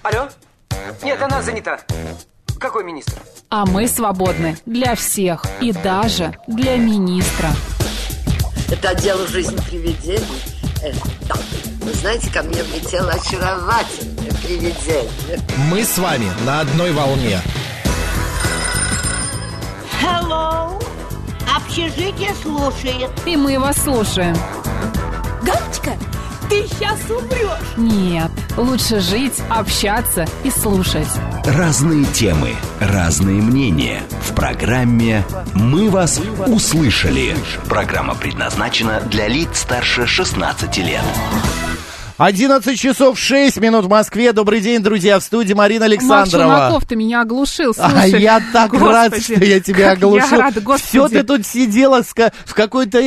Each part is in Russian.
Алло? Нет, она занята. Какой министр? А мы свободны для всех и даже для министра. Это отдел «Жизнь привидений». Да. Вы знаете, ко мне влетело очаровательное привидение. Мы с вами на одной волне. Hello. Общежитие слушает. И мы вас слушаем. Галочка, ты сейчас умрешь. Нет, лучше жить, общаться и слушать. Разные темы, разные мнения. В программе «Мы вас услышали». Программа предназначена для лиц старше 16 лет. 11 часов 6 минут в Москве. Добрый день, друзья, в студии Марина Александрова. Марк Челноков, ты меня оглушил, слушай. А я так рад, что я тебя оглушил. Я рада, господи. Все ты тут сидела в какой-то,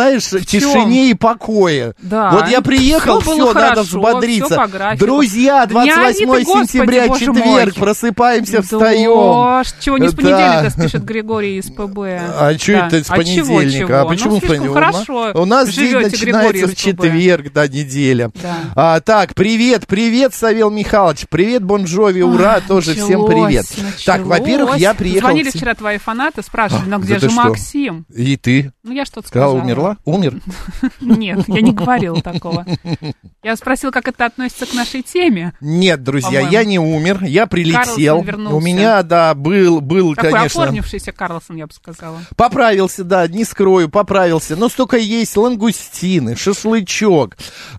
тишине и покое. Да. Вот я приехал, все, надо взбодриться. Друзья, 28 сентября, четверг, просыпаемся, встаем. Чего не с понедельника, пишет Григорий из ПБ. А что это с понедельника? А почему с понедельника? Хорошо. У нас день начинается в четверг, да, неделя. Так, привет, Савел Михайлович, привет, Бонжови, ура, тоже всем привет. Так, во-первых, я приехал... Звонили вчера твои фанаты, спрашивали, ну где же Максим? И ты? Ну я что-то сказала. Умерла? Умер? Нет, я не говорила такого. Я спросила, как это относится к нашей теме. Нет, друзья, я не умер, я прилетел. У меня, да, был, такой конечно... оформившийся Карлсон, я бы сказала. Поправился, да, не скрою, поправился. Но столько есть лангустины, шашлычок,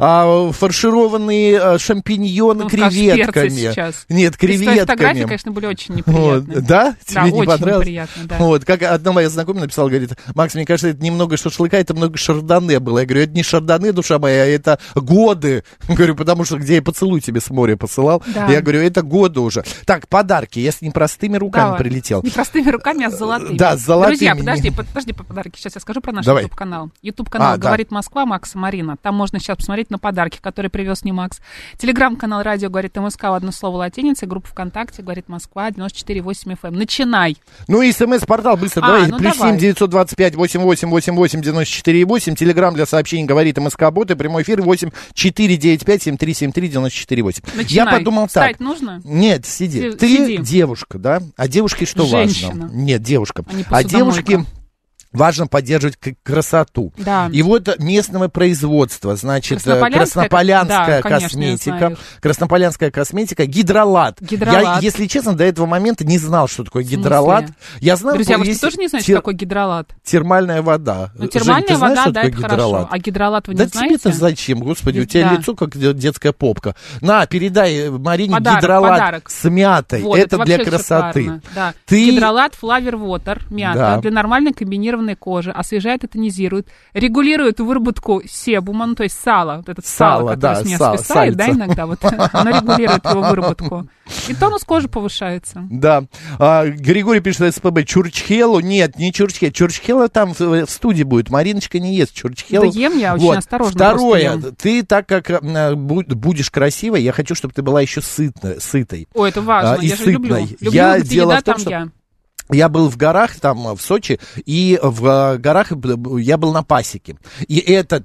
фаршированные шампиньоны креветками. Сейчас. Нет, креветками. Фотографии, конечно, были очень неприятные. Да? Тебе не очень понравилось? неприятно, да. Вот, как одна моя знакомая написала, говорит, Макс, мне кажется, это немного шашлыка, это много шардоне было. Я говорю, это не шардоне, душа моя, это годы. Говорю, потому что где я поцелуй тебе с моря посылал, я говорю, это годы уже. Так, подарки, я с непростыми руками прилетел. Не простыми руками, а с золотыми. Да, с золотыми. Друзья, подожди по подарки. Сейчас я скажу про наш YouTube-канал. YouTube-канал «Говорит Москва», Макс и Марина. Там можно сейчас посмотреть на подарки, которые привез не Макс. Телеграм-канал «Радио говорит МСК», одно слово латиница, группа ВКонтакте «Говорит Москва», 94,8 FM. Начинай. Ну и СМС-портал быстро, давай. Плюс 7 925 88 88 94 8. Телеграм для сообщений «Говорит МСК», боты, прямой эфир 8 495 7373 94 8. Начинай. Я подумал так. Встать нужно? Нет, сиди. Ты девушка, да? А девушке что важно? Нет, девушка. А девушке... важно поддерживать красоту. Да. И вот местного производства, значит, Краснополянская косметика. Краснополянская косметика, гидролат. Я, если честно, до этого момента не знал, что такое гидролат. Я знаю, друзья, вы тоже не знаете, что такое гидролат? Термальная вода. Ну, термальная Жень, вода, знаешь, да, это хорошо. А гидролат вы не знаете? Да тебе-то зачем, господи, у тебя лицо как детская попка. На, передай Марине гидролат с мятой. Вот, это для красоты. Да. Гидролат Flower Water, мята, для нормальной комбинированной кожи, освежает и тонизирует, регулирует выработку себума, ну, то есть сала, вот этот сало, которое с меня свисает, да, иногда, вот, оно регулирует его выработку. И тонус кожи повышается. Да. Григорий пишет СПБ, чурчхелу, нет, не чурчхелу, чурчхела там в студии будет, Мариночка не ест чурчхелу. Да ем я очень осторожно. Второе, ты так как будешь красивой, я хочу, чтобы ты была еще сытой. Ой, это важно, я же люблю. Я дело в том, что... Я был в горах, там, в Сочи, и в горах я был на пасеке. И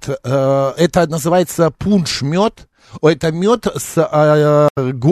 это называется пунш-мед. Это мед с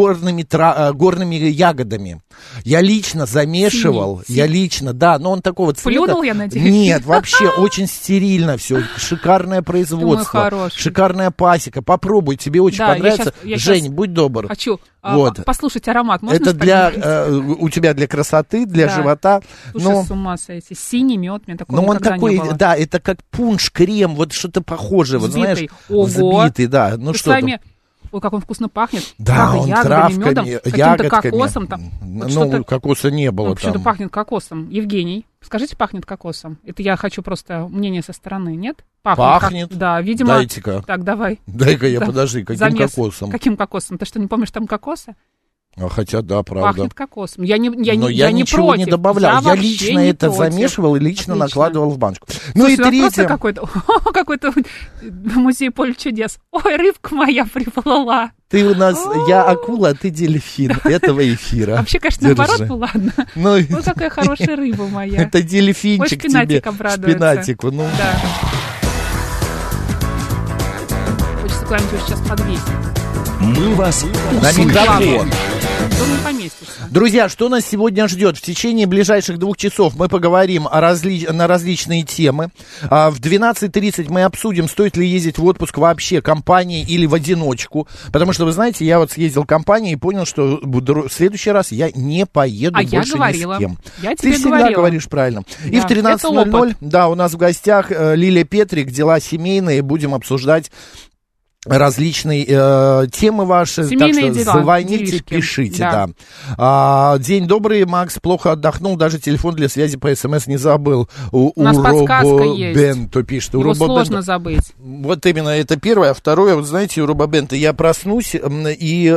горными ягодами. Я лично замешивал, да, но он такого цвета. Плюнул, я надеюсь? Нет, вообще очень стерильно все, шикарное производство, шикарная пасека. Попробуй, тебе очень понравится. Жень, будь добр. Хочу послушать аромат. Можно это у тебя для красоты, для живота. Слушай, с ума сойти. Синий мед, мне такого никогда такой, не было. Да, это как пунш-крем, вот что-то похожее, вот знаешь, взбитый, да. Ну что там? Ой, как он вкусно пахнет. Да, он травками, медом, каким-то кокосом. Там, вот кокоса не было там. Почему-то пахнет кокосом. Евгений, скажите, пахнет кокосом? Это я хочу просто мнение со стороны, нет? Пахнет? Да, видимо. Дайте-ка. Так, давай. Дай-ка я, подожди, каким кокосом? Каким кокосом? Ты что, не помнишь там кокоса? Хотя, да, правда. Пахнет кокосом. Я не ничего против. не добавлял. Я лично это замешивал и лично накладывал в баночку. Ну и третье. Какой-то музей поле чудес. Ой, рыбка моя приплыла. Ты у нас, я акула, а ты дельфин этого эфира. Вообще, конечно, наоборот, ну ладно. Ну, какая хорошая рыба моя. Это дельфинчик тебе. Шпинатику, ну. Да. Хочется куда-нибудь сейчас подвесить. Мы вас На микрофон. Не поместится. Друзья, что нас сегодня ждет? В течение ближайших 2 часов мы поговорим на различные темы. В 12:30 мы обсудим, стоит ли ездить в отпуск вообще компанией или в одиночку. Потому что, вы знаете, я вот съездил в компанию и понял, что в следующий раз я не поеду больше ни с кем. Я тебе Ты всегда говоришь правильно. Да, и в 13:00, да, у нас в гостях Лилия Петрик, дела семейные, будем обсуждать различные темы ваши, семейные так что дела, звоните, делишки. пишите, да. День добрый, Макс, плохо отдохнул, даже телефон для связи по СМС не забыл. У нас подсказка есть. Бенто пишет. Его сложно забыть. Вот именно, это первое. А второе, вот знаете, у Роба Бента я проснусь и...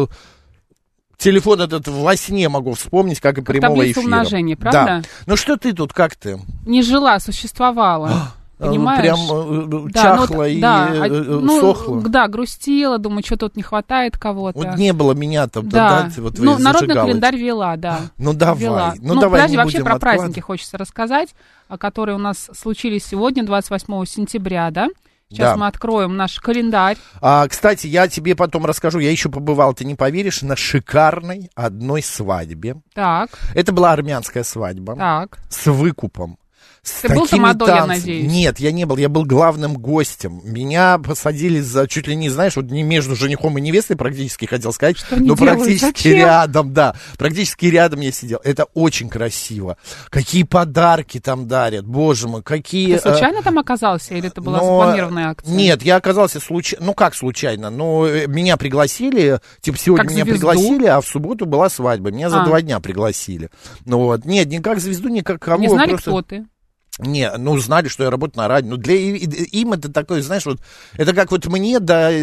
телефон этот во сне могу вспомнить, как и прямого эфира. Таблица умножения, правда? Да. Ну что ты тут, как ты? Не жила, существовала. Понимаешь? Прям чахла и сохла. Да, грустила, думаю, что тут не хватает кого-то. Вот не было меня там, да. Вот ну, народный календарь вела, да. Ну, давай. Вела. Ну, давай подожди, не вообще будем про праздники хочется рассказать, которые у нас случились сегодня, 28 сентября, да? Сейчас мы откроем наш календарь. Кстати, я тебе потом расскажу, я еще побывал, ты не поверишь, на шикарной одной свадьбе. Так. Это была армянская свадьба. Так. С выкупом. Ты был тамадой, я надеюсь? Нет, я не был, я был главным гостем. Меня посадили за, чуть ли не, знаешь, вот не между женихом и невестой практически, хотел сказать, но практически рядом, да, практически рядом я сидел. Это очень красиво. Какие подарки там дарят, боже мой, какие... Ты случайно там оказался или это была запланированная акция? Нет, я оказался случайно, ну как случайно, но меня пригласили, типа сегодня как меня звезду? Пригласили, а в субботу была свадьба, меня за 2 дня пригласили. Ну вот, нет, не как звезду, не как кого. Не знали, кто ты? Не, ну, знали, что я работаю на радио. Ну, для им это такое, знаешь, вот, это как вот мне, да,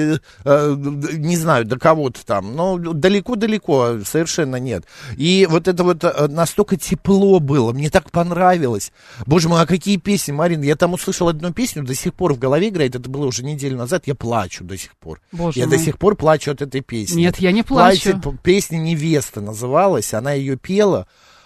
не знаю, до кого-то там, но далеко-далеко совершенно нет. И вот это вот настолько тепло было, мне так понравилось. Боже мой, а какие песни, Марин, я там услышал одну песню, до сих пор в голове играет, это было уже неделю назад, я плачу до сих пор. Боже я мой. до сих пор плачу от этой песни. Нет, я не плачу. Песня «Невеста» называлась, она ее пела.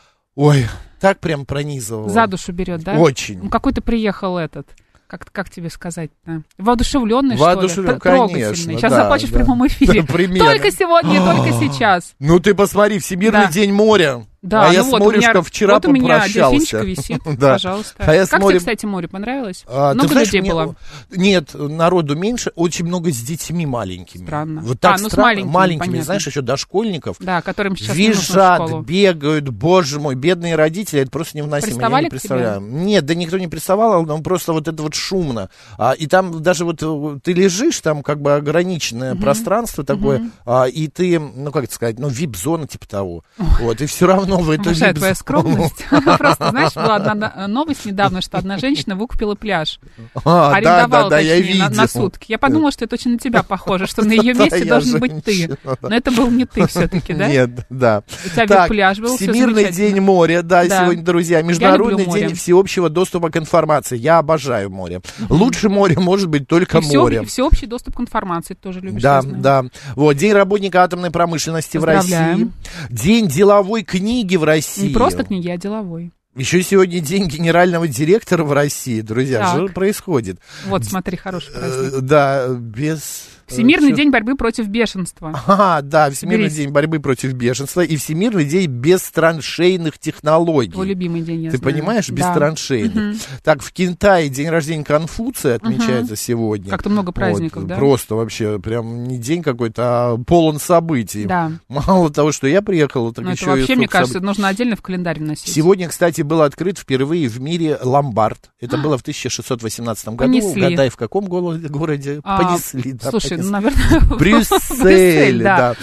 Ой, так прям пронизывало. За душу берет, да? Очень. Ну, какой ты приехал этот, как тебе сказать-то? Воодушевленный, Воодушевленный, что ли? конечно. Трогательный. Сейчас да, заплачешь в прямом эфире. Примерно. Только сегодня, только сейчас. Ну ты посмотри, Всемирный день моря. Да, я с морюшком вчера попрощался. Вот у меня дельфинчик висит, пожалуйста. Как тебе, кстати, море понравилось? Много людей было? Нет, народу меньше, очень много с детьми маленькими. Странно. Вот так ну, странно, с маленькими, знаешь, еще дошкольников. Да, которым сейчас не нужно в визжат, школу. бегают, боже мой, бедные родители, это просто невыносимо. Приставали я не представляю. Нет, да никто не приставал, но просто вот это вот шумно. И там даже вот ты лежишь, там как бы ограниченное пространство такое, и ты, ну как это сказать, ну вип-зона типа того. Вот, и все равно в эту вип-зону. Скромность. Просто, знаешь, была одна новость недавно, что одна женщина выкупила пляж. Арендовала, точнее, на сутки. Я подумала, что это очень на тебя похоже, что на ее месте должен быть ты. Но это был не ты все-таки, да? Нет, да. У тебя пляж был, все Всемирный день моря, да, сегодня, друзья. Международный день всеобщего доступа к информации. Я обожаю море. Лучше море может быть только море. Всеобщий доступ к информации тоже любишь. Да, да. Вот, День работника атомной промышленности в России. День деловой книги в России. Не просто книги, а деловой. Еще сегодня день генерального директора в России, друзья. Что происходит? Вот, смотри, хороший праздник. Да, без... Всемирный день борьбы против бешенства. Да, Всемирный день борьбы против бешенства и Всемирный день бестраншейных технологий. Твой любимый день, я Ты знаю. понимаешь, бестраншейных. Так, в Китае день рождения Конфуция отмечается сегодня. Как-то много праздников, да? Просто вообще, прям не день какой-то, а полон событий. Да. Мало того, что я приехал, так еще это вообще, мне кажется, нужно отдельно в календарь вносить. Сегодня, кстати, был открыт впервые в мире ломбард. Это было в 1618 году. Понесли. Угадай, в каком городе? Понесли. Да, слушай, наверное, Брюссель, да.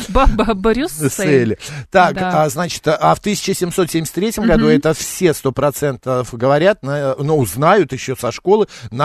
Брюссель. Так, значит, в 1773 году, это все 100% говорят, но знают еще со школы,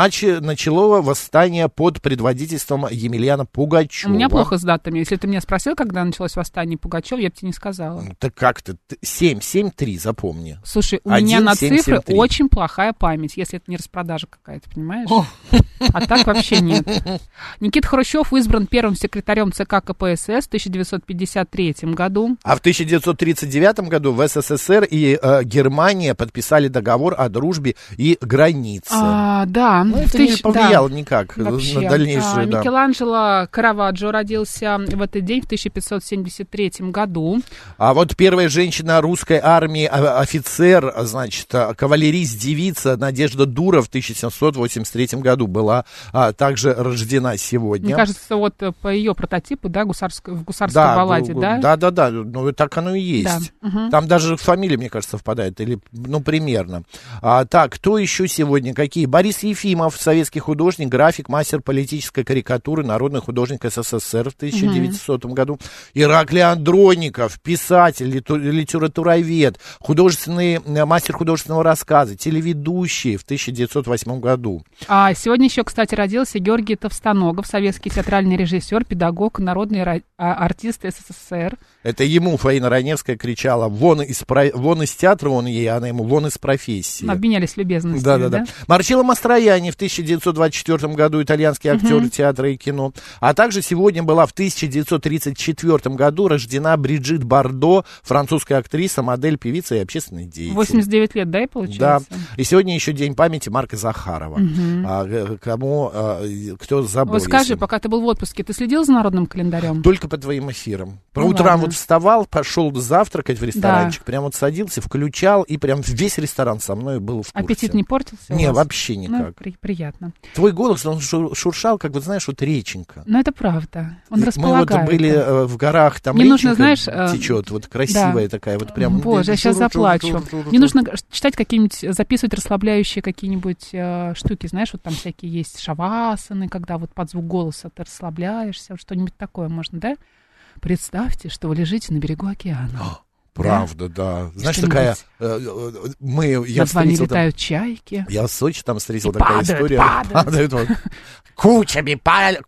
начало восстание под предводительством Емельяна Пугачева. У меня плохо с датами. Если ты меня спросил, когда началось восстание Пугачева, я бы тебе не сказала. Так как-то 7-7-3, запомни. Слушай, у меня на цифры очень плохая память, если это не распродажа какая-то, понимаешь? А так вообще нет. Никита Хрущев избран первым секретарем ЦК КПСС в 1953 году. А в 1939 году в СССР и Германия подписали договор о дружбе и границе. Да. Ну, это не повлияло никак вообще на дальнейшее. Микеланджело Караваджо родился в этот день в 1573 году. А вот первая женщина русской армии, офицер, значит, кавалерист-девица Надежда Дура в 1783 году была также рождена сегодня. Мне кажется, вот по ее прототипу, да, в гусарской балладе, да? Да, ну так оно и есть. Да. Там даже фамилия, мне кажется, совпадает, или, ну, примерно. Так, кто еще сегодня? Какие? Борис Ефимов, советский художник, график, мастер политической карикатуры, народный художник СССР в 1900 году. Ираклий Андроников, писатель, литературовед, мастер художественного рассказа, телеведущий в 1908 году. Сегодня еще, кстати, родился Георгий Товстоногов, советский театральный режиссер, педагог, народный артист СССР. Это ему Фаина Раневская кричала: вон из театра, он ей, она ему: вон из профессии. Обменялись любезностями, да? Марчелло Мастроянни в 1924 году, итальянский актер театра и кино. А также сегодня была в 1934 году рождена Бриджит Бардо, французская актриса, модель, певица и общественный деятель. 89 лет, да, и получается? Да. И сегодня еще день памяти Марка Захарова. Кто забыл? Вот скажи, пока ты был в отпуске, ты следил за народным календарем? Только по твоим эфирам. По утрам вот вставал, пошел завтракать в ресторанчик, прям вот садился, включал, и прям весь ресторан со мной был в курсе. Аппетит не портился? Не, вообще никак. Ну, приятно. Твой голос, он шуршал, как вот, знаешь, вот реченька. Ну, это правда. Он располагает. Мы вот были в горах, там мне реченька нужно, знаешь, течет, вот красивая такая, вот прям. Боже, я сейчас заплачу. Мне нужно читать какие-нибудь, записывать расслабляющие какие-нибудь штуки, знаешь, вот там всякие есть шавасаны, когда вот под звук голоса ты расслабляешься, вот что-нибудь такое можно, да? Представьте, что вы лежите на берегу океана. Правда, да. Знаешь, такая... Над вами летают чайки. Я в Сочи там встретил такая история. Падают вот кучами,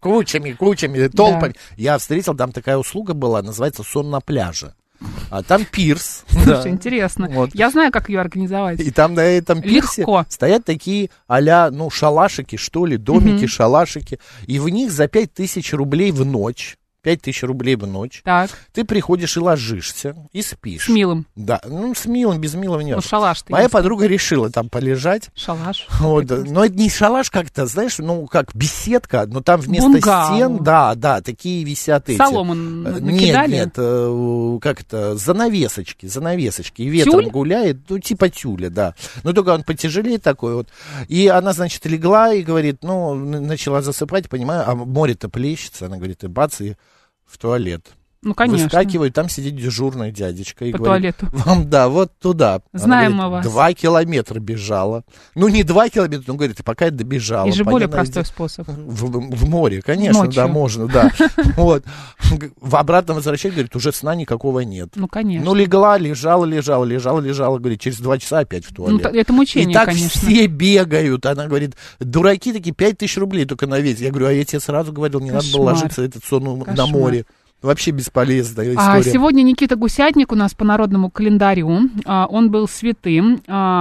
толпами. Да. Я встретил, там такая услуга была, называется «Сон на пляже». А там пирс. Слушай, интересно. Вот. Я знаю, как ее организовать. И там на этом пирсе стоят такие а-ля, ну, шалашики, что ли, домики, шалашики. И в них за 5000 рублей в ночь, 5000 рублей в ночь, так. Ты приходишь и ложишься, и спишь. С милым? Да, ну, с милым, без милого нет. Ну, шалаш ты. Моя подруга решила там полежать. Шалаш. Вот, но это не шалаш как-то, знаешь, ну, как беседка, но там вместо стен, да, такие висят эти. Солому накидали? Нет, как это, занавесочки, и ветром тюль? Гуляет, ну, типа тюля, да. Но только он потяжелее такой вот. И она, значит, легла и говорит, ну, начала засыпать, понимаю, а море-то плещется, она говорит, и бац, и в туалет. Ну, конечно. Выскакивает, там сидит дежурный дядечка и по говорит, туалету. Вам, да, вот туда. Знаем говорит, мы вас. 2 километра бежала. Ну, не 2 километра, он говорит, пока я добежала. Есть же более простой способ. В море, конечно, ночью. Да, можно, да. Вот. В обратном возвращении, говорит, уже сна никакого нет. Ну, конечно. Ну, лежала, говорит, через 2 часа опять в туалет. Ну, это мучение, и так конечно. все бегают. Она говорит, дураки такие, 5000 рублей только на весь. Я говорю, а я тебе сразу говорил, не надо было ложиться этот сон на море. Вообще бесполезная история. Сегодня Никита Гусятник у нас по народному календарю. Он был святым.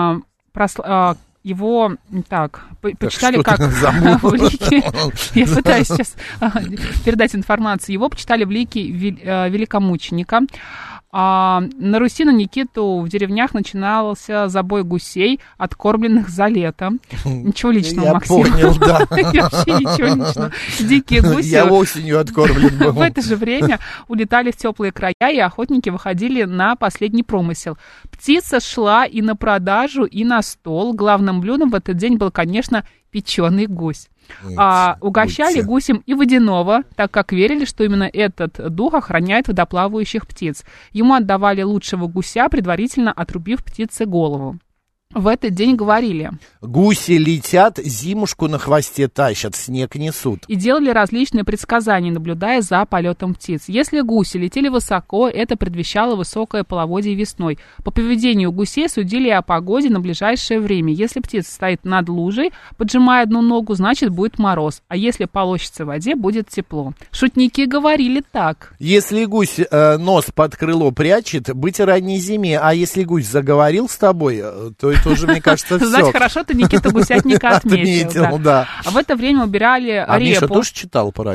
Его, так, почитали как в лике. Я пытаюсь сейчас передать информацию. Его почитали в лике великомученика. На Руси на Никиту в деревнях начинался забой гусей, откормленных за лето. Ничего личного, Максим. Я понял, да. Вообще ничего личного. Дикие гуси. Я осенью откормлен был. В это же время улетали в теплые края, и охотники выходили на последний промысел. Птица шла и на продажу, и на стол. Главным блюдом в этот день был, конечно, печеный гусь. Угощали гусем и водяного, так как верили, что именно этот дух охраняет водоплавающих птиц. Ему отдавали лучшего гуся, предварительно отрубив птице голову. В этот день говорили: гуси летят, зимушку на хвосте тащат, снег несут. И делали различные предсказания, наблюдая за полетом птиц. Если гуси летели высоко, это предвещало высокое половодье весной. По поведению гусей судили о погоде на ближайшее время. Если птица стоит над лужей, поджимая одну ногу, значит будет мороз. А если полощется в воде, будет тепло. Шутники говорили так: если гусь нос под крыло прячет, быть ранней зиме. А если гусь заговорил с тобой, то это уже, мне кажется, все. Значит, хорошо ты Никита Гусятника отметил. Да. А в это время убирали репу. А Миша тоже читал по ролям?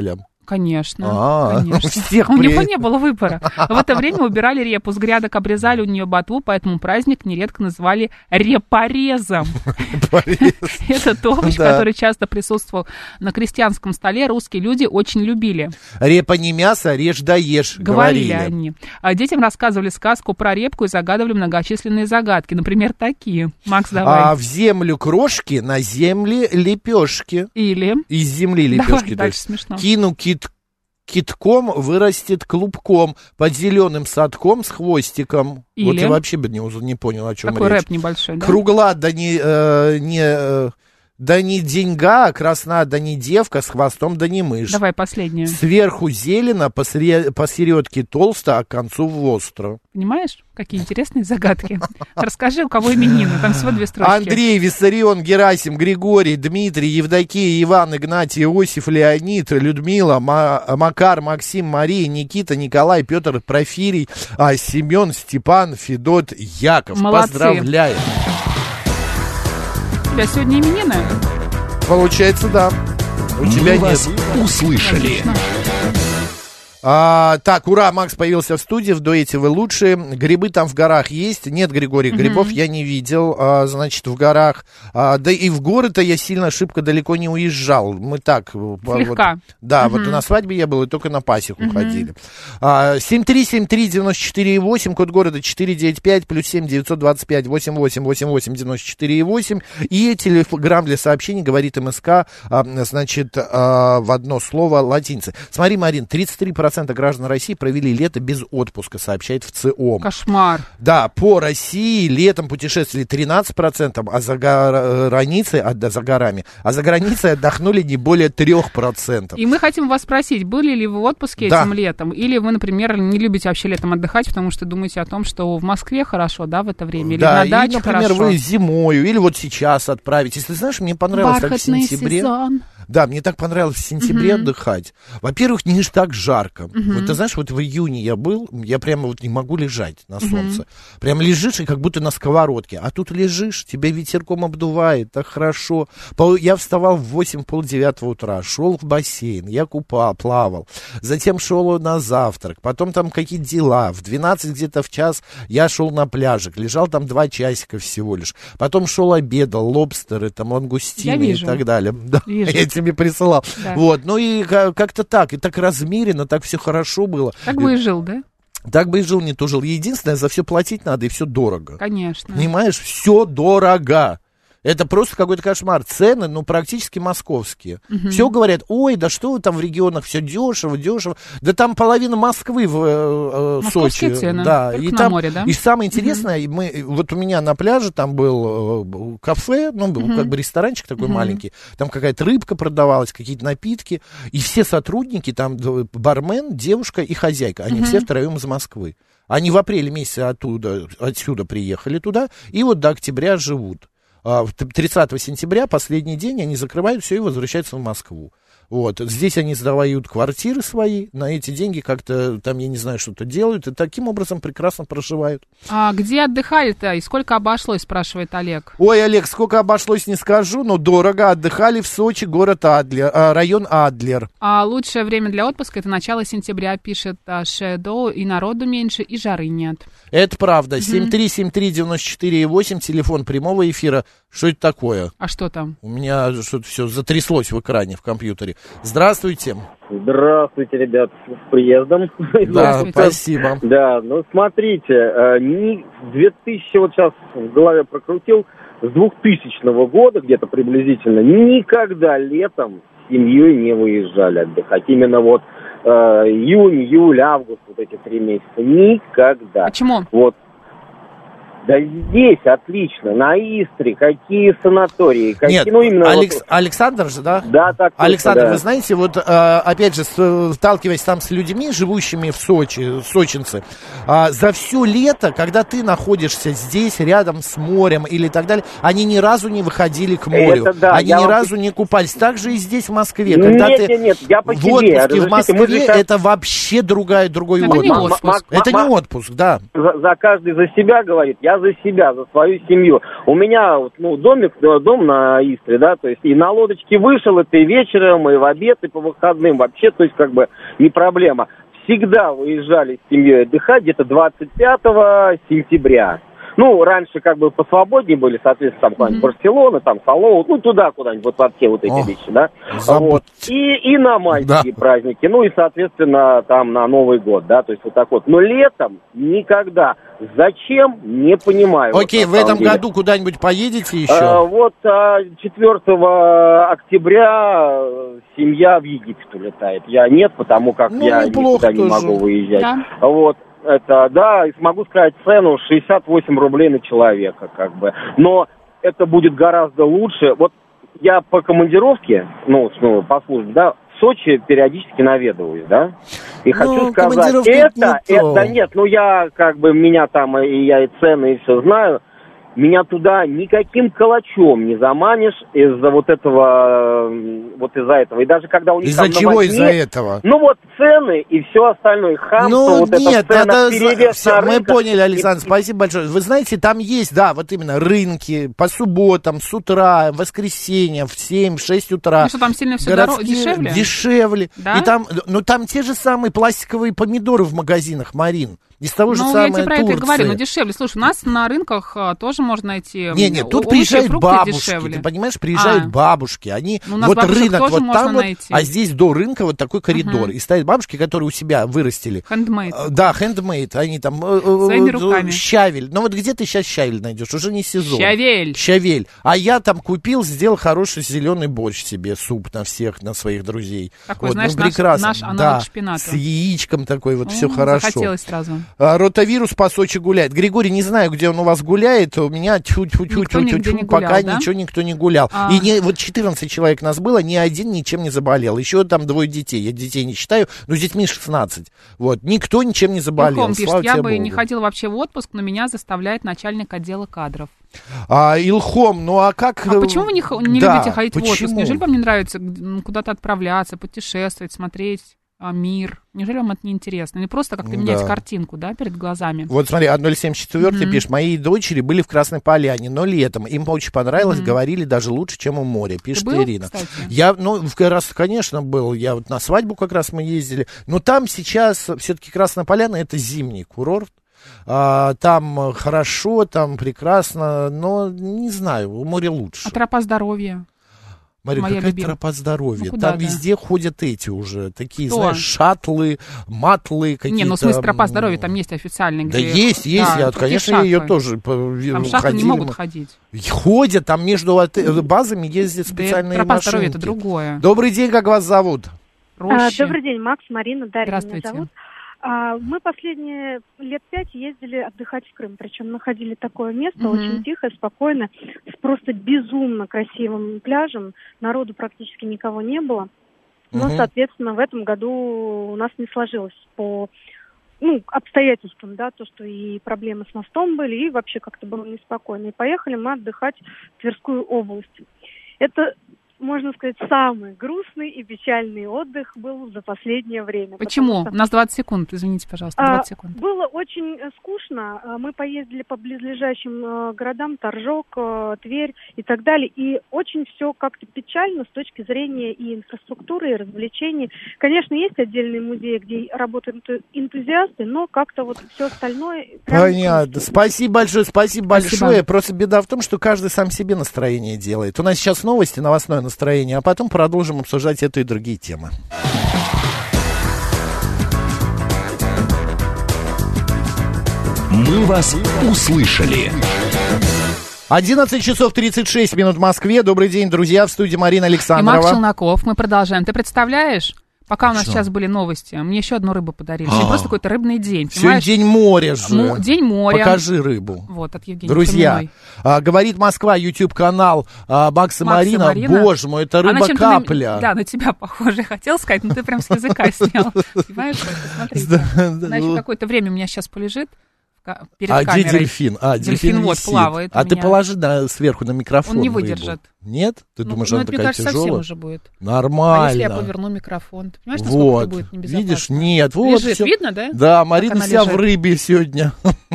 Конечно, конечно. У него не было выбора. В это время убирали репу с грядок, обрезали у нее ботву, поэтому праздник нередко называли репорезом. Этот овощ, который часто присутствовал на крестьянском столе, русские люди очень любили. Репа не мясо, режь да ешь, говорили они. А детям рассказывали сказку про репку и загадывали многочисленные загадки. Например, такие. Макс, давай. В землю крошки, на земле лепешки. Или? Из земли лепешки. Давай, дальше смешно. Кину китком, вырастет клубком, под зеленым садком с хвостиком. Или? Вот я вообще бы не понял, о чем речь. Такой рэп небольшой, да? Кругла, да не деньга, а красна, да не девка, с хвостом, да не мышь. Давай последнее. Сверху зелено, посередке толсто, а к концу востро. Понимаешь, какие интересные загадки? Расскажи, у кого именины, там всего 2 строчки. Андрей, Виссарион, Герасим, Григорий, Дмитрий, Евдокия, Иван, Игнатий, Иосиф, Леонид, Людмила, Макар, Максим, Мария, Никита, Николай, Петр, Профирий, Семен, Степан, Федот, Яков. Молодцы. Поздравляю. У тебя сегодня именины? Получается, да. У тебя нет. Услышали. Так, ура, Макс появился в студии, в дуэте вы лучшие. Грибы там в горах есть? Нет, Григорий, грибов я не видел, значит, в горах. Да и в горы-то я сильно шибко далеко не уезжал. Мы так... Слегка. Вот на свадьбе я был, и только на пасеку ходили. 7373948, код города 495, плюс 7 925 88 88 94,8. И телеграмм для сообщений, говорит МСК, значит, в одно слово латиница. Смотри, Марин, 33% граждан России провели лето без отпуска, сообщает в ЦИОМ. Кошмар. Да, по России летом путешествовали 13%, а за границей, за горами, а за границей отдохнули не более 3%. И мы хотим вас спросить, были ли вы в отпуске этим летом? Или вы, например, не любите вообще летом отдыхать, потому что думаете о том, что в Москве хорошо, да, в это время? Или на даче, например, хорошо? Вы зимою, или вот сейчас отправитесь. Ты знаешь, мне понравилось так в сентябре. Сезон. Да, мне так понравилось в сентябре отдыхать. Во-первых, не так жарко. Вот ты знаешь, вот в июне я был, я прямо вот не могу лежать на солнце. Прям лежишь и как будто на сковородке. А тут лежишь, тебя ветерком обдувает, так хорошо. Я вставал в 8-9 утра, шел в бассейн, я плавал. Затем шел на завтрак, потом там какие-то дела. В 12 где-то в час я шел на пляжик, лежал там 2 часика всего лишь. Потом шел обедал, лобстеры, там лангустины и так далее. Да, я тебе присылал. Да. Вот, ну и как-то так, и так размеренно, так все хорошо было. Так бы и жил, да? Так бы и жил, не то жил. Единственное, за все платить надо, и все дорого. Конечно. Понимаешь, все дорого. Это просто какой-то кошмар. Цены, ну, практически московские. Все говорят, ой, да что вы там в регионах, все дешево, дешево. Да там половина Москвы в Сочи. Цены, да, и там, на море, да? И самое интересное, вот у меня на пляже там был кафе, ну, был как бы ресторанчик такой маленький. Там какая-то рыбка продавалась, какие-то напитки. И все сотрудники, там бармен, девушка и хозяйка, они все втроем из Москвы. Они в апреле месяце отсюда приехали туда, и вот до октября живут. 30 сентября, последний день, они закрывают все и возвращаются в Москву. Вот. Здесь они сдавают квартиры свои, на эти деньги как-то там, я не знаю, что-то делают, и таким образом прекрасно проживают. А где отдыхали-то и сколько обошлось, спрашивает Олег? Ой, Олег, сколько обошлось, не скажу, но дорого. Отдыхали в Сочи, город Адлер, район Адлер. А лучшее время для отпуска — это начало сентября, пишет Шэдоу, и народу меньше, и жары нет. Это правда. 7373948, телефон прямого эфира. Что это такое? А что там? У меня что-то все затряслось в экране, в компьютере. Здравствуйте. Здравствуйте, ребят, с приездом. Да, спасибо. Да, ну смотрите, 2000, вот сейчас в голове прокрутил, с 2000 года где-то приблизительно никогда летом с семьей не выезжали отдыхать. Именно вот июнь, июль, август, вот эти 3 месяца. Никогда. Почему? Вот. Да здесь отлично, на Истре, какие санатории, какие... Нет, ну, именно Александр же, да? Да, так. Александр, да. Вы знаете, вот опять же, сталкиваясь там с людьми, живущими в Сочи, сочинцы, за все лето, когда ты находишься здесь, рядом с морем или так далее, они ни разу не выходили к морю, да, они ни разу не купались. Так же и здесь, в Москве. Когда нет, я по в себе. отпуске в Москве, это вообще другой это отпуск. Не отпуск. Это не отпуск, да. За каждый за себя говорит. я за себя, за свою семью. У меня дом на Истре, да, то есть и на лодочке вышел, это и вечером, и в обед, и по выходным вообще, то есть как бы не проблема. Всегда выезжали с семьей отдыхать где-то 25 сентября. Ну, раньше как бы посвободнее были, соответственно, там куда-нибудь Барселона, там Салоу, туда куда-нибудь, вот все вот эти вещи, да. Вот. И на майские праздники, и, соответственно, там на Новый год, да, то есть вот так вот. Но летом никогда. Зачем? Не понимаю. Окей, в этом году куда-нибудь поедете еще? 4 октября семья в Египет улетает. Я нет, потому как я никуда не могу выезжать. Да. Вот. Это, да, и смогу сказать цену 68 рублей на человека, как бы. Но это будет гораздо лучше. Вот я по командировке, по службе, да, в Сочи периодически наведываюсь, да. И хочу сказать, я как бы, меня там, я и цены, и все знаю. Меня туда никаким калачом не заманишь из-за из-за этого. И даже когда у них из-за чего из-за этого? Цены и все остальное. Хамство, перевес на рынках. Мы поняли, Александр, спасибо большое. Вы знаете, там есть, именно рынки по субботам, с утра, в воскресенье, в 7-6 утра. Ну что, там сильно все дешевле? Дешевле. Да? И там те же самые пластиковые помидоры в магазинах, Марин. Из того же самой Турции. Я тебе про это и говорю, но дешевле. Слушай, у нас на рынках тоже можно найти... Не, тут приезжают бабушки, дешевле. Ты понимаешь, приезжают бабушки, они, рынок вот там найти. А здесь до рынка вот такой коридор, и стоят бабушки, которые у себя вырастили. Хендмейд. Да, хендмейд, они там... Своими руками. Щавель, где ты сейчас щавель найдешь? Уже не сезон. Щавель. А я там купил, сделал хороший зеленый борщ себе, суп на всех, на своих друзей. Такой, знаешь, наш аналог шпината. С яичком такой, все хорошо. Захотелось сразу. Ротавирус по Сочи гуляет. Григорий, не знаю, где он у вас гуляет. У меня пока никто не гулял. И 14 человек нас было, ни один ничем не заболел. Еще там 2 детей. Я детей не считаю, но с детьми 16. Никто ничем не заболел. Илхом пишет, я бы не ходила вообще в отпуск, но меня заставляет начальник отдела кадров. Илхом, как... А почему вы не любите ходить в отпуск? Неужели вам не нравится куда-то отправляться, путешествовать, смотреть мир? Неужели вам это не интересно? Не просто как-то менять картинку, перед глазами. Вот смотри, 1074 пишет, мои дочери были в Красной Поляне, но летом. Им очень понравилось, говорили, даже лучше, чем у моря, пишет Ирина. Кстати? Я, конечно, был. Я на свадьбу как раз мы ездили. Но там сейчас все-таки Красная Поляна — это зимний курорт. Там хорошо, там прекрасно, но не знаю, у моря лучше. А тропа здоровья? Мария, какая тропа здоровья? Там везде ходят эти уже, такие, знаешь, шаттлы, матлы какие-то. В смысле, тропа здоровья, там есть официальные. Да есть, конечно, я ее тоже там шаттлы не могут ходить. Ходят, там между базами ездят специальные машинки. Тропа здоровья — это другое. Добрый день, как вас зовут? Добрый день, Макс, Марина, Дарья меня зовут. Мы последние лет 5 ездили отдыхать в Крым, причем находили такое место, очень тихое, спокойное, с просто безумно красивым пляжем, народу практически никого не было, но, соответственно, в этом году у нас не сложилось по обстоятельствам, то, что и проблемы с мостом были, и вообще как-то было неспокойно. И поехали мы отдыхать в Тверскую область. Это, можно сказать, самый грустный и печальный отдых был за последнее время. Почему? У нас 20 секунд, извините, пожалуйста, 20 секунд. Было очень скучно. Мы поездили по близлежащим городам, Торжок, Тверь и так далее. И очень все как-то печально с точки зрения и инфраструктуры, и развлечений. Конечно, есть отдельные музеи, где работают энтузиасты, но как-то все остальное... Понятно. Спасибо большое. Просто беда в том, что каждый сам себе настроение делает. У нас сейчас новости, новостное настроение, а потом продолжим обсуждать эту и другие темы. Мы вас услышали. 11 часов 36 минут в Москве. Добрый день, друзья, в студии Марина Александрова. И Макс Челноков. Мы продолжаем. Ты представляешь? Пока у нас сейчас были новости, мне еще одну рыбу подарили. Сегодня просто какой-то рыбный день. Сегодня день моря же. День моря. Покажи рыбу. Вот, от Евгения. Друзья, говорит Москва, YouTube-канал Макс и Марина. Боже мой, это рыба-капля. Да, на тебя похоже. Хотел сказать, но ты прям с языка снял. Понимаешь? Смотрите. Значит, какое-то время у меня сейчас полежит. Перед камерой. Где дельфин? Дельфин вот плавает. Ты положи сверху на микрофон. Он не выдержит. Нет? Ты думаешь, она такая тяжелая? Мне кажется, совсем уже будет. Нормально. А если я поверну микрофон? Ты понимаешь, насколько это будет небезопасно? Видишь? Нет. Вот лежит, все. видно, да? Да, Марина вся в рыбе сегодня.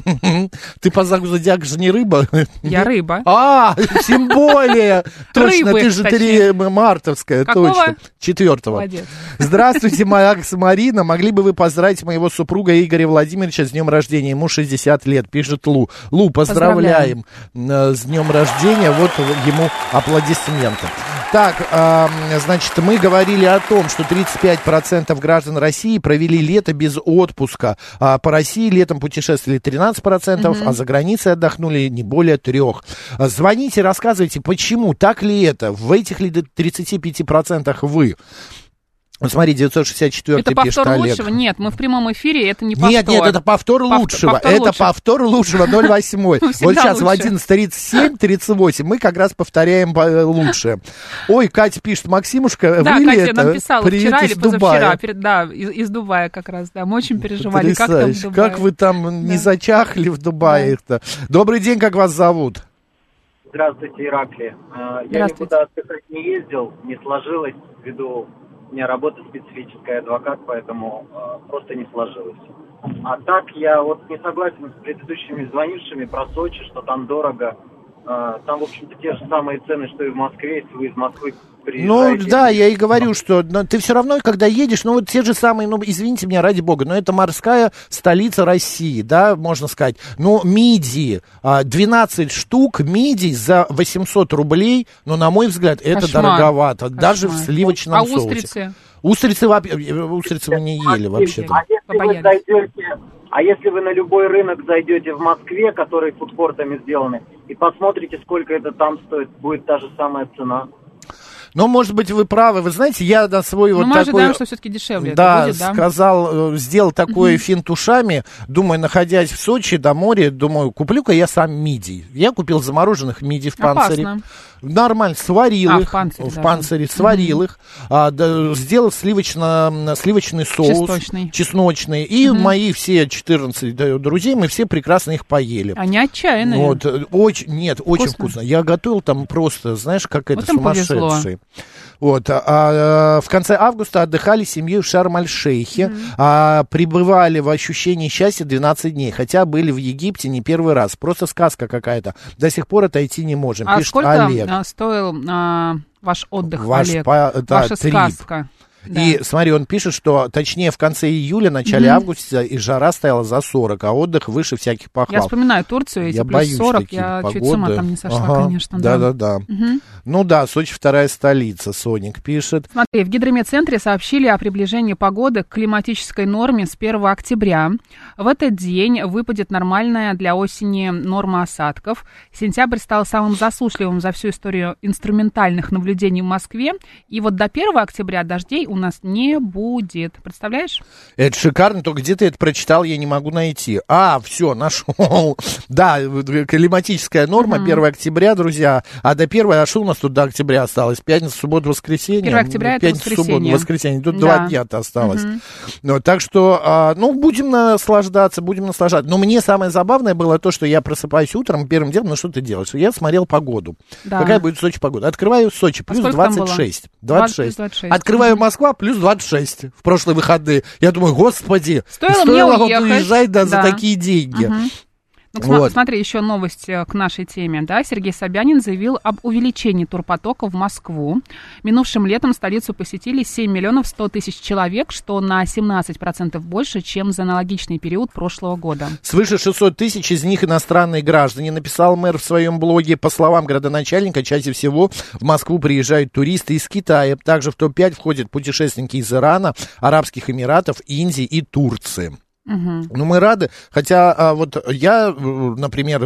Ты по знаку зодиака же не рыба? Я рыба. Тем более. Точно, ты же 3 мартовская. Точно. 4-го. Молодец. Здравствуйте, Макс, Марина. Могли бы вы поздравить моего супруга Игоря Владимировича с днем рождения? Ему 60 лет, пишет Лу. Лу, поздравляем с днем рождения. Вот ему аплодисменты. Так, значит, мы говорили о том, что 35% граждан России провели лето без отпуска. По России летом путешествовали 13%, а за границей отдохнули не более 3%. Звоните, рассказывайте, почему, так ли это, в этих ли 35% вы? Смотри, 964 это пишет повтор Олег. Лучшего? Нет, мы в прямом эфире, это не повтор. Нет, это повтор лучшего. Это повтор лучшего, 0,8. Вот сейчас в 11:37, 38 мы как раз повторяем лучшее. Ой, Катя пишет, Максимушка, да, вы ли Катя это? нам писала Привет вчера или из Дубая. позавчера, из Дубая как раз, да, мы очень переживали, как там в Дубае. Как вы там не зачахли в Дубае-то? Добрый день, как вас зовут? Здравствуйте, Ираклий. Я никуда отдыхать не ездил, не сложилось ввиду... У меня работа специфическая, адвокат, поэтому просто не сложилось. А так я вот не согласен с предыдущими звонившими про Сочи, что там дорого. Там, в общем-то, те же самые цены, что и в Москве, если вы из Москвы приезжаете. Ну, да, я и говорю, что ты все равно, когда едешь, ну, вот те же самые, ну, извините меня, ради бога, но это морская столица России, да, можно сказать. Ну, мидии, 12 штук мидий за 800 рублей, но, на мой взгляд, это дороговато, даже в сливочном соусе. Устрицы мы не ели вообще-то. А если вы на любой рынок зайдете в Москве, который фудкортами сделаны, и посмотрите, сколько это там стоит, будет та же самая цена. Но, может быть, вы правы. Вы знаете, я на свой вот такой... мы ожидаем, что все-таки дешевле да, это будет, да? сделал такой финт ушами. Думаю, находясь в Сочи, до моря, думаю, куплю-ка я сам мидий. Я купил замороженных мидий в панцире. Опасно. Нормально, сварил их. В панцире, сварил их. Сделал сливочный соус. Чесночный. И мои все 14 друзей, мы все прекрасно их поели. Они отчаянные. Вот, очень вкусно. Я готовил там просто, знаешь, как это, сумасшедший. Вот, в конце августа отдыхали с семьей в Шарм-эль-Шейхе, пребывали в ощущении счастья 12 дней, хотя были в Египте не первый раз. Просто сказка какая-то. До сих пор отойти не можем, пишет Олег. А сколько стоил ваш отдых, Олег? Ваша сказка? Да. И смотри, он пишет, что точнее в конце июля, начале августа и жара стояла за 40, а отдых выше всяких похвал. Я вспоминаю Турцию, эти плюс 40, я чуть с ума там не сошла, конечно. Да. Ну да, Сочи вторая столица, Соник пишет. Смотри, в Гидрометцентре сообщили о приближении погоды к климатической норме с 1 октября. В этот день выпадет нормальная для осени норма осадков. Сентябрь стал самым засушливым за всю историю инструментальных наблюдений в Москве. И вот до 1 октября дождей у нас не будет. Представляешь? Это шикарно, только где ты это прочитал, я не могу найти. Все, нашел. Да, климатическая норма 1 октября, друзья. А до 1, а что у нас тут до октября осталось? Пятница, суббота, воскресенье. 1 октября это воскресенье. Суббота, воскресенье. Тут 2 дня-то осталось. Ну, так что, будем наслаждаться. Но мне самое забавное было то, что я просыпаюсь утром, первым делом, что ты делаешь? Я смотрел погоду. Да. Какая будет в Сочи погода? Открываю Сочи, плюс 26. 26. Открываю Москва, плюс 26 в прошлые выходные. Я думаю, господи, стоило мне уезжать за такие деньги. Ну, смотри, еще новость к нашей теме. Да? Сергей Собянин заявил об увеличении турпотока в Москву. Минувшим летом столицу посетили 7 миллионов 100 тысяч человек, что на 17% больше, чем за аналогичный период прошлого года. Свыше 600 тысяч из них иностранные граждане, написал мэр в своем блоге. По словам градоначальника, чаще всего в Москву приезжают туристы из Китая. Также в топ-5 входят путешественники из Ирана, Арабских Эмиратов, Индии и Турции. Ну, мы рады, хотя вот я, например,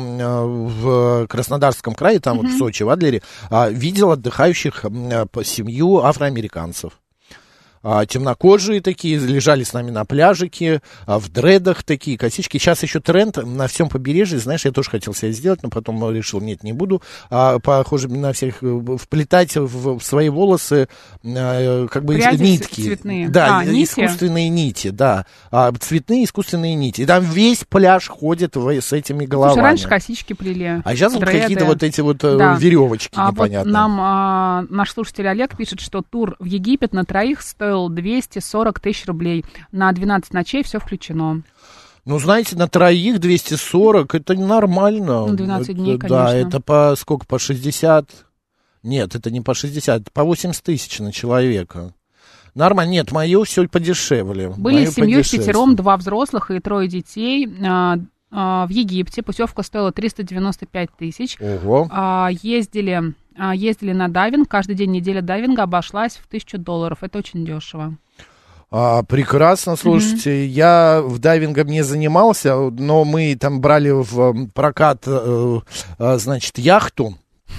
в Краснодарском крае, там вот в Сочи, в Адлере, видел отдыхающих семью афроамериканцев. Темнокожие такие, лежали с нами на пляжике, в дредах такие, косички. Сейчас еще тренд на всем побережье, знаешь, я тоже хотел себе сделать, но потом решил, нет, не буду, похоже на всех, вплетать в свои волосы как бы пряди нитки. Цветные. Да, искусственные нити, да. Цветные искусственные нити. И там весь пляж ходит с этими головами. Слушай, раньше косички плели. А сейчас вот какие-то вот эти вот веревочки непонятные. Вот нам наш слушатель Олег пишет, что тур в Египет на троих стоил 240 тысяч рублей. На 12 ночей все включено. Ну, знаете, на троих 240, это нормально. 12 дней, конечно. Да, это по сколько, по 60? Нет, это не по 60, это по 80 тысяч на человека. Нормально, нет, мое все подешевле. Были с семьей вчетвером, 2 взрослых и 3 детей. В Египте путевка стоила 395 тысяч. Ого. Ездили на дайвинг, каждый день неделя дайвинга обошлась в $1000. Это очень дешево. Прекрасно, слушайте, я в дайвингом не занимался, но мы там брали в прокат, значит, яхту.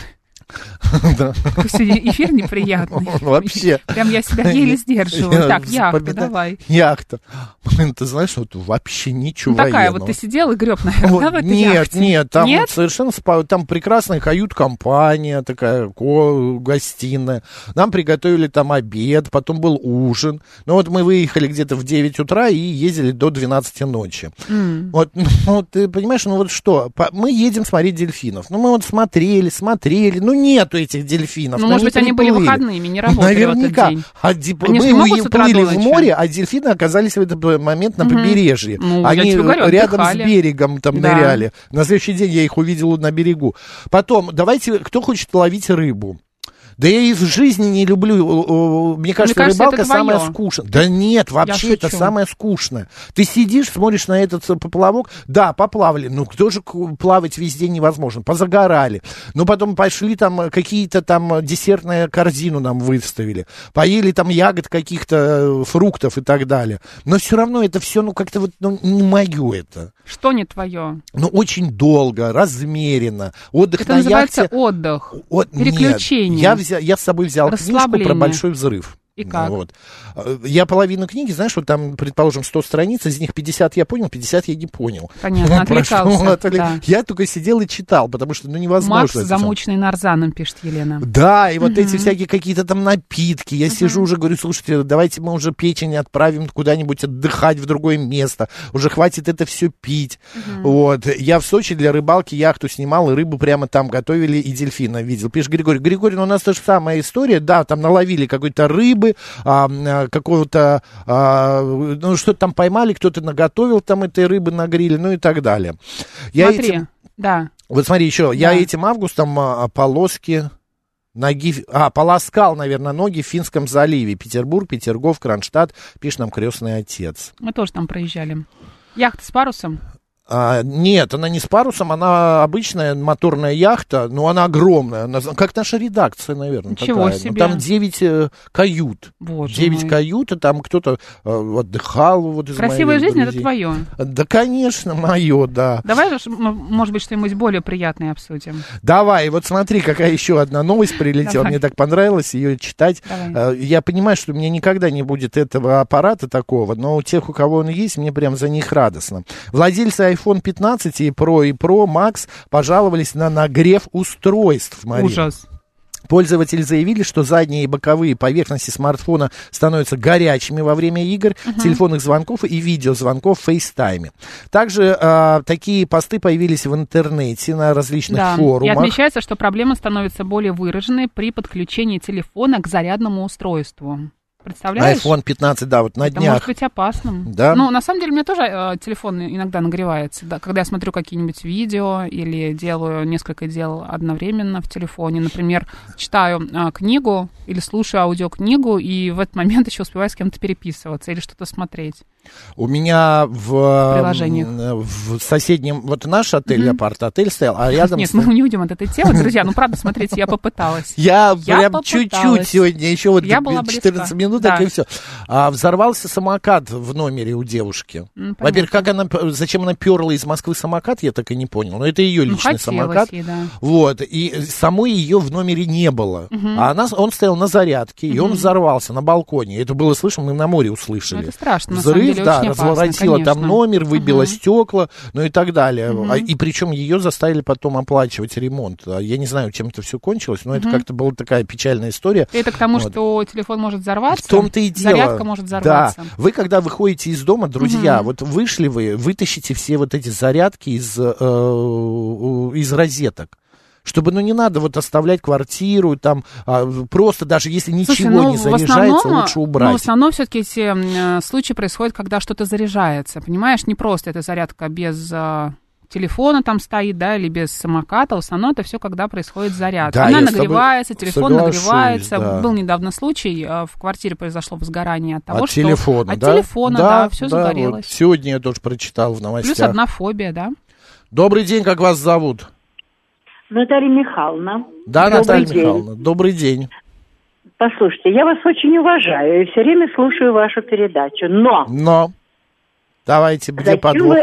Эфир неприятный. Вообще. Прям я себя еле сдерживаю. Так, яхта, давай. Яхта. Ты знаешь, вот вообще ничего военного. Такая вот ты сидел и греб, наверное, да, в этой яхте? Нет, там совершенно там прекрасная кают-компания такая, гостиная. Нам приготовили там обед, потом был ужин. Ну вот мы выехали где-то в 9 утра и ездили до 12 ночи. Вот, ну, ты понимаешь, ну вот что, мы едем смотреть дельфинов. Ну мы вот смотрели, ну нету этих дельфинов. Ну, может быть, они были выходными, не работали наверняка. в этот день. Мы плыли в море, а дельфины оказались в этот момент на побережье. Ну, они говорю, рядом отдыхали. с берегом там ныряли. На следующий день я их увидел на берегу. Потом, давайте, кто хочет ловить рыбу? Да я и в жизни не люблю. Мне кажется, рыбалка самая скучная. Да нет, вообще это самое скучное. Ты сидишь, смотришь на этот поплавок. Да, поплавали. Ну, кто же плавать везде невозможно? Позагорали. Ну, потом пошли там какие-то там десертную корзину нам выставили. Поели там ягод каких-то, фруктов и так далее. Но все равно это все, ну, как-то вот, ну, не мое это. Что не твое? Ну, очень долго, размеренно. Отдых это на называется яхте. Отдых. Переключение. Нет, я с собой взял книжку про большой взрыв. И как? Вот. Я половину книги, знаешь, вот там, предположим, 100 страниц, из них 50 я понял, 50 я не понял. Понятно, отвлекался. Да. Я только сидел и читал, потому что, ну, невозможно. Макс, замученный нарзаном, пишет Елена. Да, и вот эти всякие какие-то там напитки. Я сижу уже, говорю, слушайте, давайте мы уже печень отправим куда-нибудь отдыхать в другое место. Уже хватит это все пить. Вот. Я в Сочи для рыбалки яхту снимал, и рыбу прямо там готовили, и дельфина видел. Пишет Григорий, ну, у нас та же самая история. Да, там наловили какой-то рыбы, какого-то, ну, что-то там поймали, кто-то наготовил там этой рыбы на гриле, ну и так далее. Смотри, да. Вот смотри еще, я этим августом полоски ноги, полоскал, наверное, ноги в Финском заливе. Петербург, Петергоф, Кронштадт, пишет нам крестный отец. Мы тоже там проезжали. Яхта с парусом? Нет, она не с парусом, она обычная моторная яхта, но она огромная, она, как наша редакция, наверное. Ничего такая. себе. Ну, там 9 кают. Боже 9 мой. кают, и там кто-то отдыхал. Вот из Красивая жизнь, друзей. это твое. Да, конечно, мое, да. Давай, может быть, что-нибудь более приятное обсудим. Давай, вот смотри, какая еще одна новость прилетела. Мне так понравилось ее читать. Давай. Я понимаю, что у меня никогда не будет этого аппарата такого, но у тех, у кого он есть, мне прям за них радостно. Владельцы iPhone 15 и Pro Max пожаловались на нагрев устройств, Марина. Ужас. Пользователи заявили, что задние и боковые поверхности смартфона становятся горячими во время игр, телефонных звонков и видеозвонков в FaceTime. Также такие посты появились в интернете на различных форумах. И отмечается, что проблема становится более выраженной при подключении телефона к зарядному устройству. Представляешь? iPhone 15, да, вот на это днях. может быть опасным. Да? Ну, на самом деле, у меня тоже телефон иногда нагревается. Да, когда я смотрю какие-нибудь видео или делаю несколько дел одновременно в телефоне. Например, читаю книгу или слушаю аудиокнигу, и в этот момент еще успеваю с кем-то переписываться или что-то смотреть. У меня в соседнем, вот наш отель, апарт-отель стоял, а рядом... Нет, мы не уйдем от этой темы, друзья. Ну, правда, смотрите, я попыталась. Я прям чуть-чуть сегодня, еще вот 14 минут, так и все. Взорвался самокат в номере у девушки. Во-первых, зачем она перла из Москвы самокат, я так и не понял. Но это ее личный самокат. Ей, да. Вот, и самой ее в номере не было. А он стоял на зарядке, и он взорвался на балконе. Это было слышно, мы на море услышали. Ну, это страшно, взрыв, на самом деле, да, разворотило там номер, выбило стекла, ну и так далее. И причем ее заставили потом оплачивать ремонт. Я не знаю, чем это все кончилось, но это как-то была такая печальная история. Это к тому, что телефон может взорваться? В том-то и дело. Зарядка может взорваться. Да. Вы, когда выходите из дома, друзья, вот вышли вы, вытащите все вот эти зарядки из розеток. Чтобы, не надо вот оставлять квартиру, там, просто даже если ничего не заряжается, лучше убрать. В основном все-таки эти случаи происходят, когда что-то заряжается, понимаешь? Не просто эта зарядка без телефона там стоит, да, или без самоката, в основном это все, когда происходит зарядка. Да, она нагревается, телефон нагревается. Да. Был недавно случай, в квартире произошло возгорание от того, от телефона, да? От телефона, да, все загорелось. Вот сегодня я тоже прочитал в новостях. Плюс одна фобия, да. Добрый день, как вас зовут? Наталья Михайловна. Да, Наталья Михайловна, добрый день. Послушайте, я вас очень уважаю и все время слушаю вашу передачу, но... Давайте, где подвох?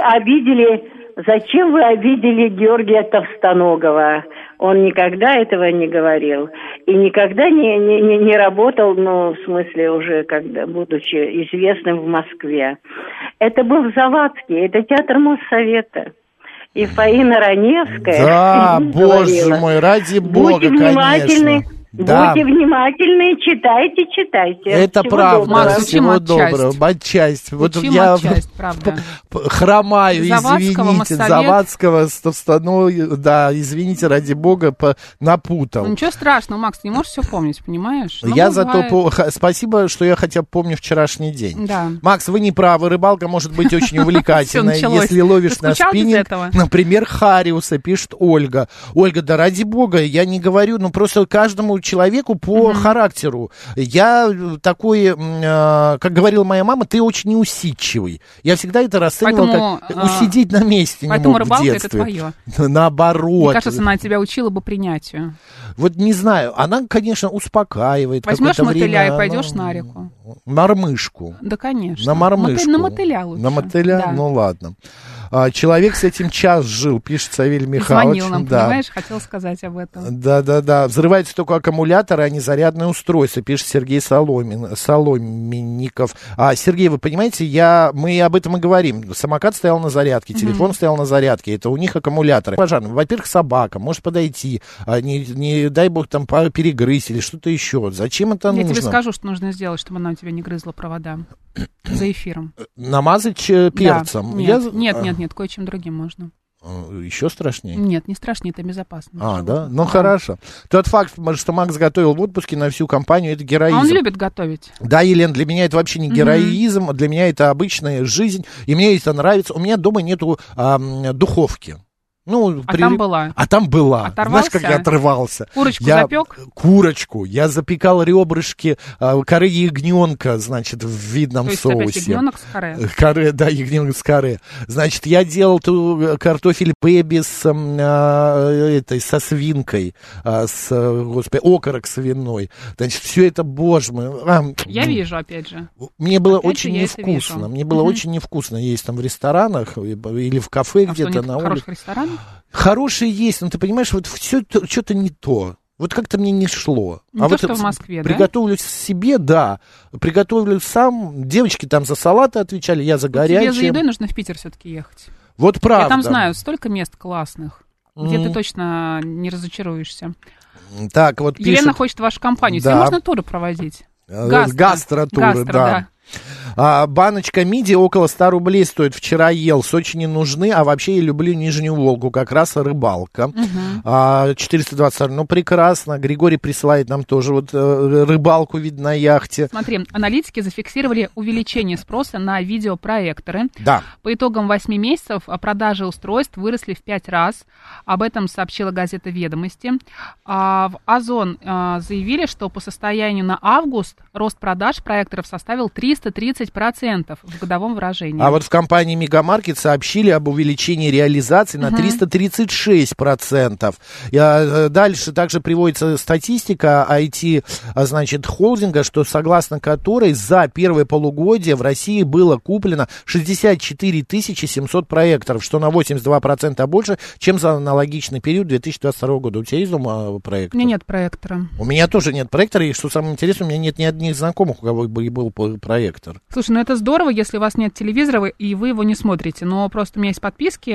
Зачем вы обидели Георгия Товстоногова? Он никогда этого не говорил. И никогда не работал, в смысле уже, когда, будучи известным в Москве. Это был в Завадске, это театр Моссовета. И Фаина Раневская... Да, боже мой, ради бога, конечно. Да. Будьте внимательны, читайте. Это всего правда. Доброго. Макс, всего доброго. Матчасть. Вот я правда. Хромаю, извините. Завадского, да, извините, ради бога, напутал. Ничего страшного, Макс, ты не можешь все помнить, понимаешь? Я зато... Спасибо, что я хотя бы помню вчерашний день. Да. Макс, вы не правы, рыбалка может быть очень увлекательная, если ловишь на спиннинг. Например, хариуса, пишет Ольга. Ольга, да ради бога, я не говорю, просто каждому человеку по характеру. Я такой, как говорила моя мама, ты очень неусидчивый. Я всегда это расценивал как усидеть на месте не мог в детстве. Поэтому рыбалка это твое. Наоборот. Мне кажется, она тебя учила бы принятию. Вот не знаю, она, конечно, успокаивает. Возьмешь мотыля и пойдешь на реку. Мормышку. Да, конечно. На мормышку. На мотыля лучше. На мотыля? Да. Ну, ладно. Человек с этим час жил, пишет Савелий Михайлович. Звонил нам, понимаешь, хотел сказать об этом. Да. Взрываются только аккумуляторы, а не зарядное устройство, пишет Сергей Соломенников. Сергей, вы понимаете, мы об этом и говорим. Самокат стоял на зарядке, телефон стоял на зарядке, это у них аккумуляторы. Пожарный, во-первых, собака может подойти, не дай бог там перегрызть или что-то еще. Зачем это нужно? Я тебе скажу, что нужно сделать, чтобы она у тебя не грызла провода за эфиром. Намазать перцем? Да. Нет, кое-чем другим можно. Еще страшнее? Нет, не страшнее, это безопасно. Да? Ну, хорошо. Тот факт, что Макс готовил в отпуске на всю компанию, это героизм. Он любит готовить. Да, Елена, для меня это вообще не героизм, для меня это обычная жизнь, и мне это нравится. У меня дома нету духовки. Там была. Там была. Оторвался? Знаешь, как я оторвался? Курочку запек? Курочку. Я запекал ребрышки коры ягненка, значит, в видном соусе. То есть опять ягненок с каре? Да, ягненок с каре. Значит, я делал картофель бэби со свинкой, окорок свиной. Значит, все это, боже мой. Я вижу, опять же. Мне было очень невкусно. Мне было очень невкусно есть там в ресторанах или в кафе где-то на улице. Хороших ресторанов? Хорошие есть, но ты понимаешь, вот все что-то не то. Вот как-то мне не шло. Не то, что в Москве, приготовлю себе, да. Приготовлю сам. Девочки там за салаты отвечали, я за горячее. Тебе за едой нужно в Питер все-таки ехать. Вот правда. Я там знаю столько мест классных, где ты точно не разочаруешься. Так, вот пишет... Елена хочет вашу компанию. Тебе можно туры проводить? Гастротуры, да. Баночка мидии около 100 рублей стоит. Вчера ел. Сочи не нужны, а вообще я люблю Нижнюю Волгу. Как раз рыбалка. 420 рублей. Ну, прекрасно. Григорий присылает нам тоже вот рыбалку, видно, на яхте. Смотри, аналитики зафиксировали увеличение спроса на видеопроекторы. Да. По итогам 8 месяцев продажи устройств выросли в 5 раз. Об этом сообщила газета «Ведомости». В Озон заявили, что по состоянию на август рост продаж проекторов составил 330% в годовом выражении. А вот в компании Мегамаркет сообщили об увеличении реализации на 336%. Дальше также приводится статистика IT, значит, холдинга, что согласно которой за первое полугодие в России было куплено 64 700 проекторов, что на 82% больше, чем за аналогичный период 2022 года. У тебя есть дома проектор? У меня нет проектора. У меня тоже нет проектора, и что самое интересное, у меня нет ни одних знакомых, у кого бы был проектор. Слушай, ну это здорово, если у вас нет телевизора, и вы его не смотрите. Но просто у меня есть подписки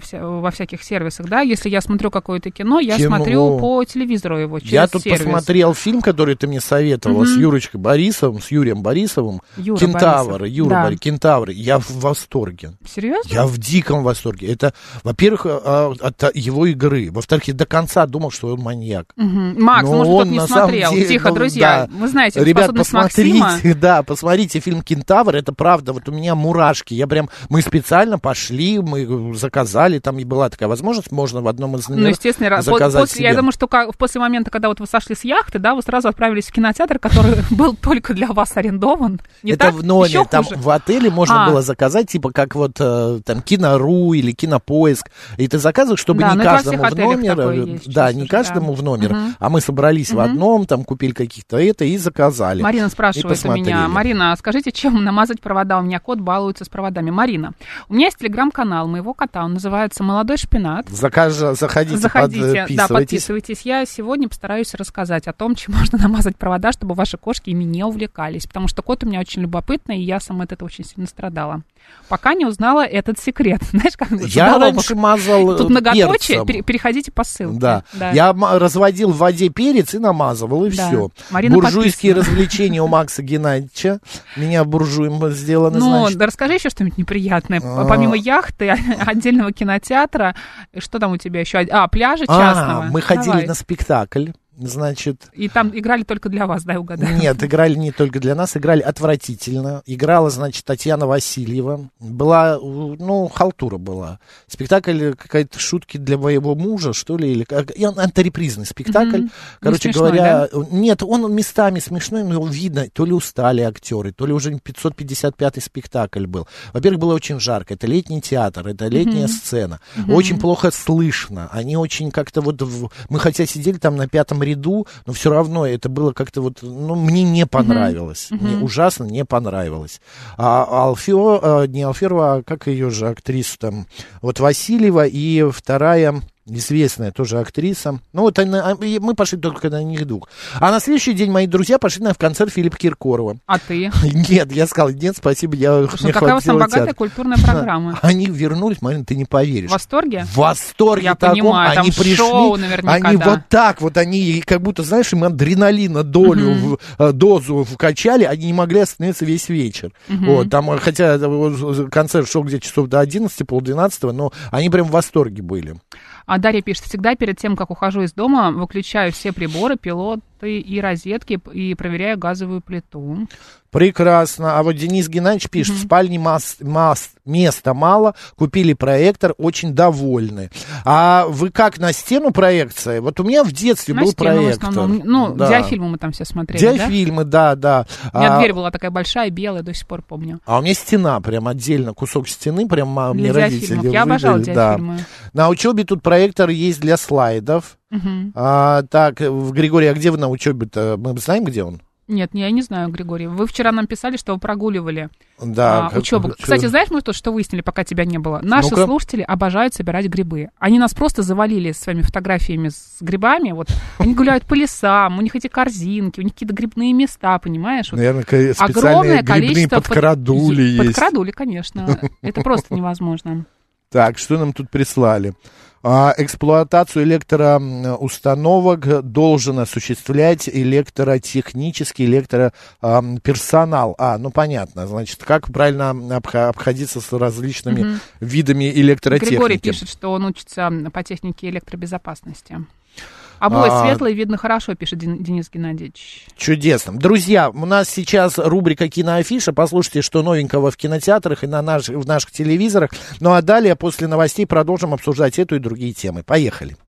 во всяких сервисах, да. Если я смотрю какое-то кино, я смотрю по телевизору его через Я тут сервис. Посмотрел фильм, который ты мне советовала, с Юрочкой Борисовым, с Юрием Борисовым. «Кентавр». «Кентавр». Я в восторге. Серьезно? Я в диком восторге. Это, во-первых, от его игры. Во-вторых, я до конца думал, что он маньяк. Макс, может, кто-то не смотрел. Тихо, друзья. Вы знаете, ребят, посмотрите, Максима. Да, посмотрите фильм «Кентавр», это правда, вот у меня мурашки, мы специально пошли, мы заказали, там и была такая возможность, можно в одном из номеров заказать себе. Я думаю, что после момента, когда вот вы сошли с яхты, да, вы сразу отправились в кинотеатр, который был только для вас арендован. Это в номере, там в отеле можно было заказать, типа как вот там Кино.ру или Кинопоиск, и ты заказываешь, чтобы не каждому в номер, да, не каждому в номер, а мы собрались в одном, там купили каких-то и заказали. Марина спрашивает у меня, Марина, скажите, чем намазать провода? У меня кот балуется с проводами. Марина, у меня есть телеграм-канал моего кота, он называется «Молодой шпинат». Заходите, подписывайтесь. Да, подписывайтесь. Я сегодня постараюсь рассказать о том, чем можно намазать провода, чтобы ваши кошки ими не увлекались, потому что кот у меня очень любопытный, и я сама от этого очень сильно страдала. Пока не узнала этот секрет. Знаешь, как я раньше мазал тут многоточие, переходите по ссылке. Да. Я разводил в воде перец и намазывал, и все. Марина буржуйские развлечения у Макса Геннадьевича. Меня буржуем сделаны, значит. Да расскажи еще что-нибудь неприятное. Помимо яхты, отдельного кинотеатра, что там у тебя еще? Пляжа частного. Мы ходили на спектакль. Значит... И там играли только для вас, да, угадаю? Нет, играли не только для нас, играли отвратительно. Играла, значит, Татьяна Васильева. Была, халтура была. Спектакль какая-то шутки для моего мужа, что ли, или антирепризный спектакль. Короче говоря, да? Нет, он местами смешной, но видно, то ли устали актеры, то ли уже 555-й спектакль был. Во-первых, было очень жарко. Это летний театр, это летняя сцена. Очень плохо слышно. Они очень как-то вот... Мы хотя сидели там на 5-м ряду, но все равно это было как-то вот, мне не понравилось. Мне ужасно не понравилось. А не Алферова, а как ее же актрису там, вот Васильева и вторая... известная тоже актриса. Мы пошли только на них двух. А на следующий день мои друзья пошли в концерт Филиппа Киркорова. А ты? Нет, я сказал, нет, спасибо, Слушай, какая у вас там богатая культурная программа. Они вернулись, Марина, ты не поверишь. В восторге? В восторге. Я понимаю, они там пришли, шоу наверняка, они вот так вот, они как будто, знаешь, им адреналина дозу вкачали, они не могли остановиться весь вечер. Вот, там, хотя концерт шел где-то часов до 11, полдвенадцатого, но они прям в восторге были. А Дарья пишет, всегда перед тем, как ухожу из дома, выключаю все приборы, пилоты и розетки и проверяю газовую плиту. Прекрасно. А вот Денис Геннадьевич пишет, в спальне места мало, купили проектор, очень довольны. А вы как, на стену проекция? Вот у меня в детстве был проектор. Диафильмы мы там все смотрели, Диафильмы, да. У меня дверь была такая большая, белая, до сих пор помню. А у меня стена, прям отдельно, кусок стены, прям мне родители. Я обожала диафильмы. На учебе тут проектор есть для слайдов. Так, Григорий, а где вы на учебе-то? Мы знаем, где он? Нет, я не знаю, Григорий. Вы вчера нам писали, что вы прогуливали учебу. Кстати, знаешь, мы что выяснили, пока тебя не было? Наши слушатели обожают собирать грибы. Они нас просто завалили своими фотографиями с грибами. Вот они гуляют по лесам, у них эти корзинки, у них какие-то грибные места, понимаешь? Наверное, специальные грибные подкрадули есть. Подкрадули, конечно. Это просто невозможно. Так, что нам тут прислали? Эксплуатацию электроустановок должен осуществлять электротехнический электроперсонал. Понятно, значит, как правильно обходиться с различными видами электротехники. Григорий пишет, что он учится по технике электробезопасности. Обои светлые, видно хорошо, пишет Денис Геннадьевич. Чудесно. Друзья, у нас сейчас рубрика «Киноафиша». Послушайте, что новенького в кинотеатрах и в наших телевизорах. Ну а далее, после новостей, продолжим обсуждать эту и другие темы. Поехали.